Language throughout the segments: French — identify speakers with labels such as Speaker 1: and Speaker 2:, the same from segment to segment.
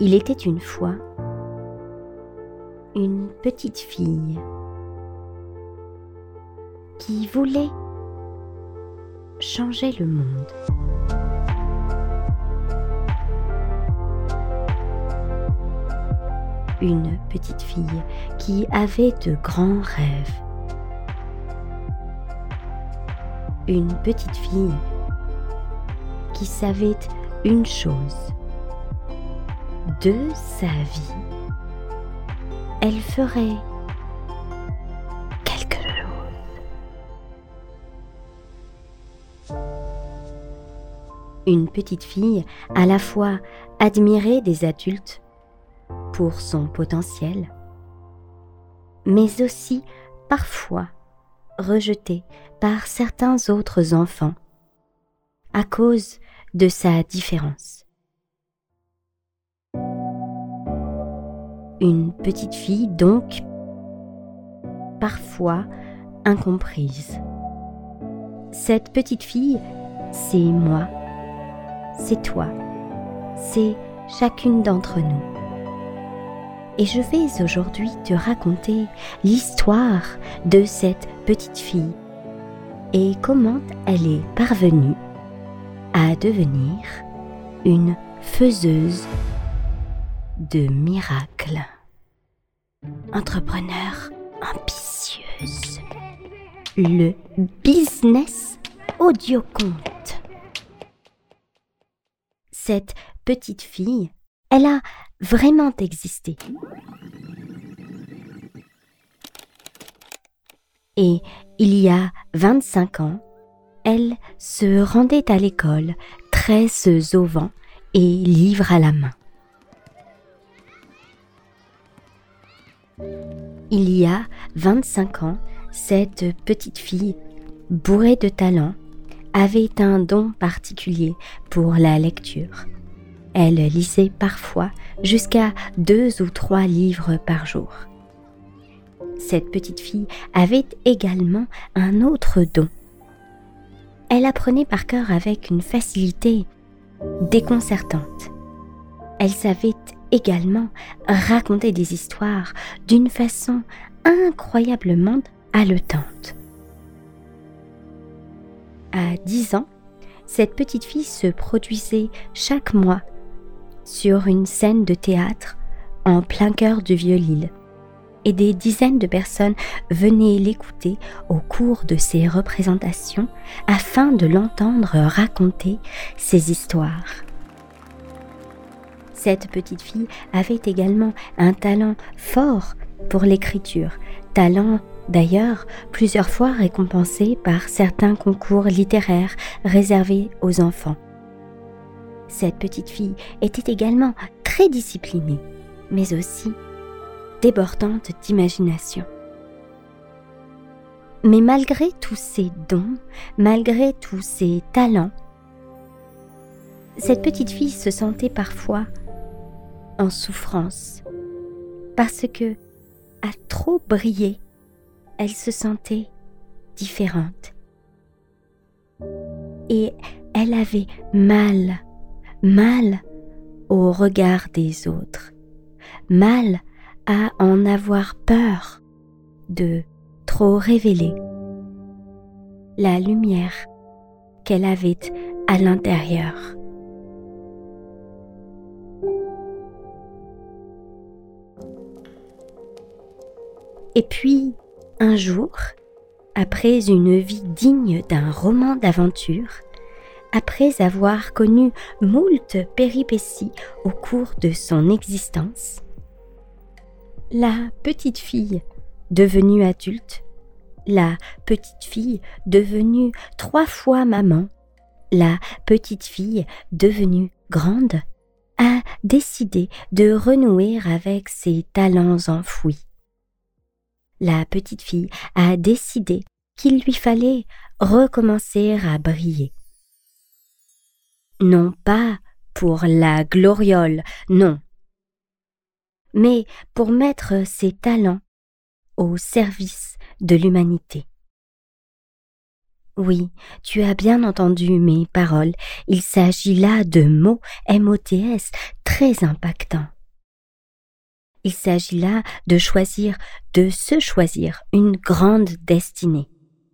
Speaker 1: Il était une fois une petite fille qui voulait changer le monde. Une petite fille qui avait de grands rêves. Une petite fille qui savait une chose. De sa vie, elle ferait quelque chose. Une petite fille à la fois admirée des adultes pour son potentiel, mais aussi parfois rejetée par certains autres enfants à cause de sa différence. Une petite fille donc parfois incomprise. Cette petite fille, c'est moi, c'est toi, c'est chacune d'entre nous. Et je vais aujourd'hui te raconter l'histoire de cette petite fille et comment elle est parvenue à devenir une faiseuse de miracles. Entrepreneur ambitieuse. Le business audioconte. Cette petite fille, elle a vraiment existé. Et il y a 25 ans, elle se rendait à l'école, tresse au vent et livre à la main. Il y a 25 ans, cette petite fille, bourrée de talent, avait un don particulier pour la lecture. Elle lisait parfois jusqu'à 2 ou 3 livres par jour. Cette petite fille avait également un autre don. Elle apprenait par cœur avec une facilité déconcertante. Elle savait également raconter des histoires d'une façon incroyablement haletante. À 10 ans, cette petite fille se produisait chaque mois sur une scène de théâtre en plein cœur du Vieux-Lille, et des dizaines de personnes venaient l'écouter au cours de ses représentations afin de l'entendre raconter ses histoires. Cette petite fille avait également un talent fort pour l'écriture, talent d'ailleurs plusieurs fois récompensé par certains concours littéraires réservés aux enfants. Cette petite fille était également très disciplinée, mais aussi débordante d'imagination. Mais malgré tous ses dons, malgré tous ses talents, cette petite fille se sentait parfois en souffrance, parce que, à trop briller, elle se sentait différente. Et elle avait mal au regard des autres, mal à en avoir peur de trop révéler la lumière qu'elle avait à l'intérieur. Et puis, un jour, après une vie digne d'un roman d'aventure, après avoir connu moult péripéties au cours de son existence, la petite fille devenue adulte, la petite fille devenue 3 fois maman, la petite fille devenue grande, a décidé de renouer avec ses talents enfouis. La petite fille a décidé qu'il lui fallait recommencer à briller. Non pas pour la gloriole, non, mais pour mettre ses talents au service de l'humanité. Oui, tu as bien entendu mes paroles, il s'agit là de mots MOTS très impactants. Il s'agit là de se choisir une grande destinée.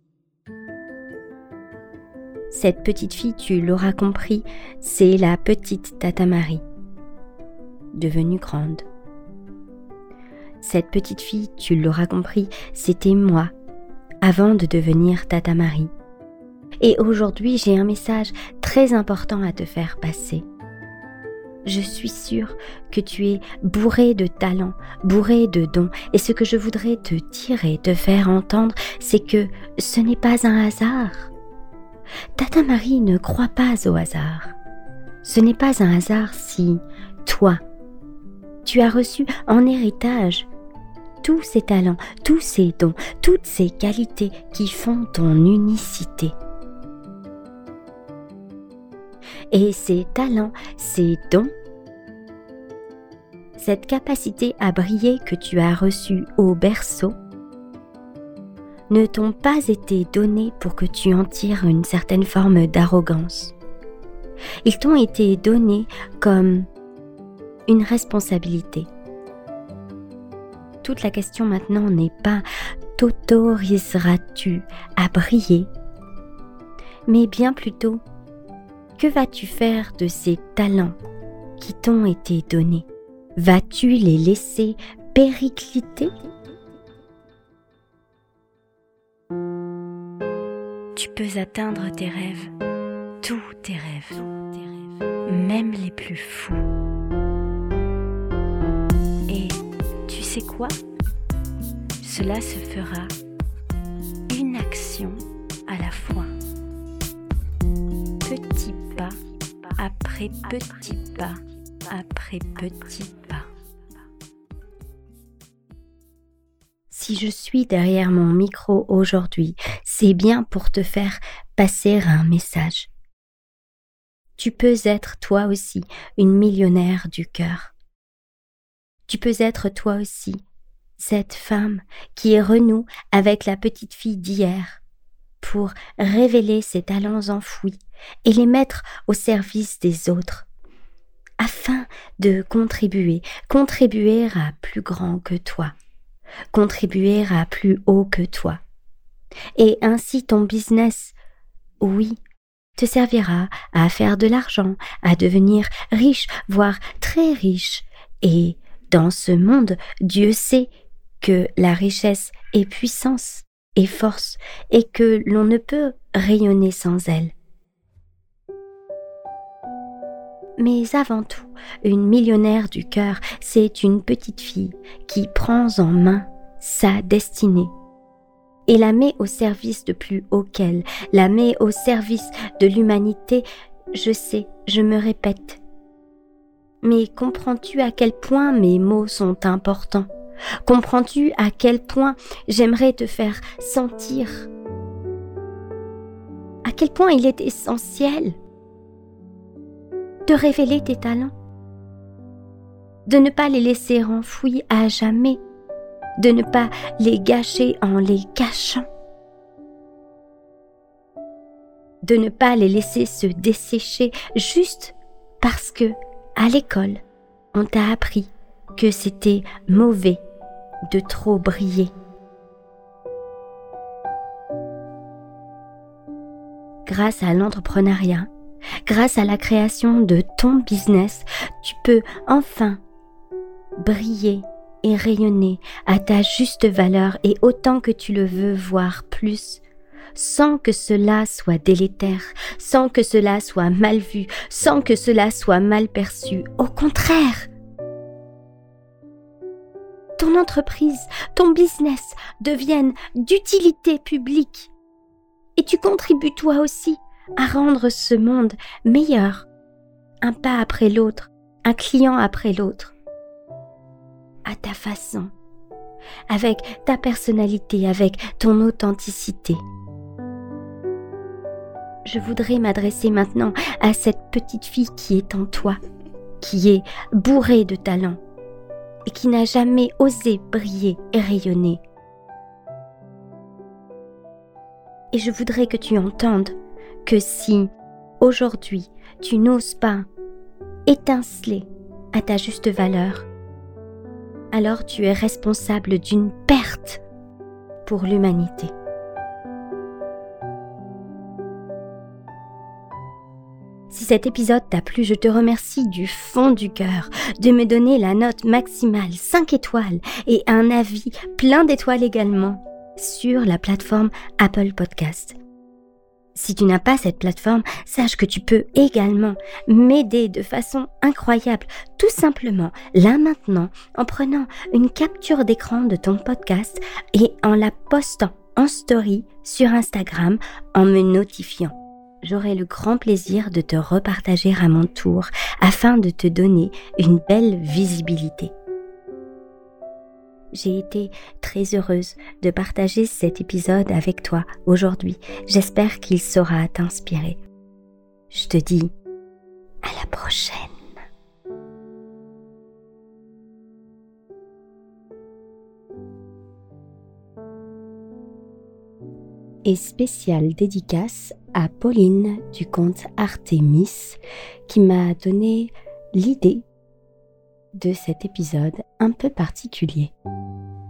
Speaker 1: Cette petite fille, tu l'auras compris, c'est la petite Tata Marie, devenue grande. Cette petite fille, tu l'auras compris, c'était moi, avant de devenir Tata Marie. Et aujourd'hui, j'ai un message très important à te faire passer. Je suis sûre que tu es bourré de talents, bourré de dons. Et ce que je voudrais te dire et te faire entendre, c'est que ce n'est pas un hasard. Tata Marie ne croit pas au hasard. Ce n'est pas un hasard si, toi, tu as reçu en héritage tous ces talents, tous ces dons, toutes ces qualités qui font ton unicité. Et ces talents, ces dons, cette capacité à briller que tu as reçue au berceau, ne t'ont pas été donnés pour que tu en tires une certaine forme d'arrogance. Ils t'ont été donnés comme une responsabilité. Toute la question maintenant n'est pas t'autoriseras-tu à briller, mais bien plutôt que vas-tu faire de ces talents qui t'ont été donnés? Vas-tu les laisser péricliter? Tu peux atteindre tes rêves, tous tes rêves, même les plus fous. Et tu sais quoi? Cela se fera une action à la fois. Petit pas après petit pas après petit pas. Si je suis derrière mon micro aujourd'hui, c'est bien pour te faire passer un message. Tu peux être toi aussi une millionnaire du cœur. Tu peux être toi aussi cette femme qui renoue avec la petite fille d'hier pour révéler ses talents enfouis et les mettre au service des autres, afin de contribuer à plus grand que toi, contribuer à plus haut que toi. Et ainsi ton business, oui, te servira à faire de l'argent, à devenir riche, voire très riche. Et dans ce monde, Dieu sait que la richesse est puissance et force et que l'on ne peut rayonner sans elle. Mais avant tout, une millionnaire du cœur, c'est une petite fille qui prend en main sa destinée et la met au service de plus haut qu'elle, la met au service de l'humanité. Je sais, je me répète. Mais comprends-tu à quel point mes mots sont importants? Comprends-tu à quel point j'aimerais te faire sentir? À quel point il est essentiel de révéler tes talents, de ne pas les laisser enfouis à jamais, de ne pas les gâcher en les cachant, de ne pas les laisser se dessécher juste parce que, à l'école, on t'a appris que c'était mauvais de trop briller. Grâce à l'entrepreneuriat, grâce à la création de ton business, tu peux enfin briller et rayonner à ta juste valeur et autant que tu le veux, voire plus, sans que cela soit délétère, sans que cela soit mal vu, sans que cela soit mal perçu. Au contraire, ton entreprise, ton business deviennent d'utilité publique et tu contribues toi aussi à rendre ce monde meilleur, un pas après l'autre, un client après l'autre, à ta façon, avec ta personnalité, avec ton authenticité. Je voudrais m'adresser maintenant à cette petite fille qui est en toi, qui est bourrée de talent et qui n'a jamais osé briller et rayonner. Et je voudrais que tu entendes que si, aujourd'hui, tu n'oses pas étinceler à ta juste valeur, alors tu es responsable d'une perte pour l'humanité. Si cet épisode t'a plu, je te remercie du fond du cœur de me donner la note maximale 5 étoiles et un avis plein d'étoiles également sur la plateforme Apple Podcast. Si tu n'as pas cette plateforme, sache que tu peux également m'aider de façon incroyable, tout simplement, là maintenant, en prenant une capture d'écran de ton podcast et en la postant en story sur Instagram en me notifiant. J'aurai le grand plaisir de te repartager à mon tour afin de te donner une belle visibilité. J'ai été très heureuse de partager cet épisode avec toi aujourd'hui. J'espère qu'il saura t'inspirer. Je te dis à la prochaine. Et spéciale dédicace à Pauline du compte Artemis qui m'a donné l'idée de cet épisode un peu particulier.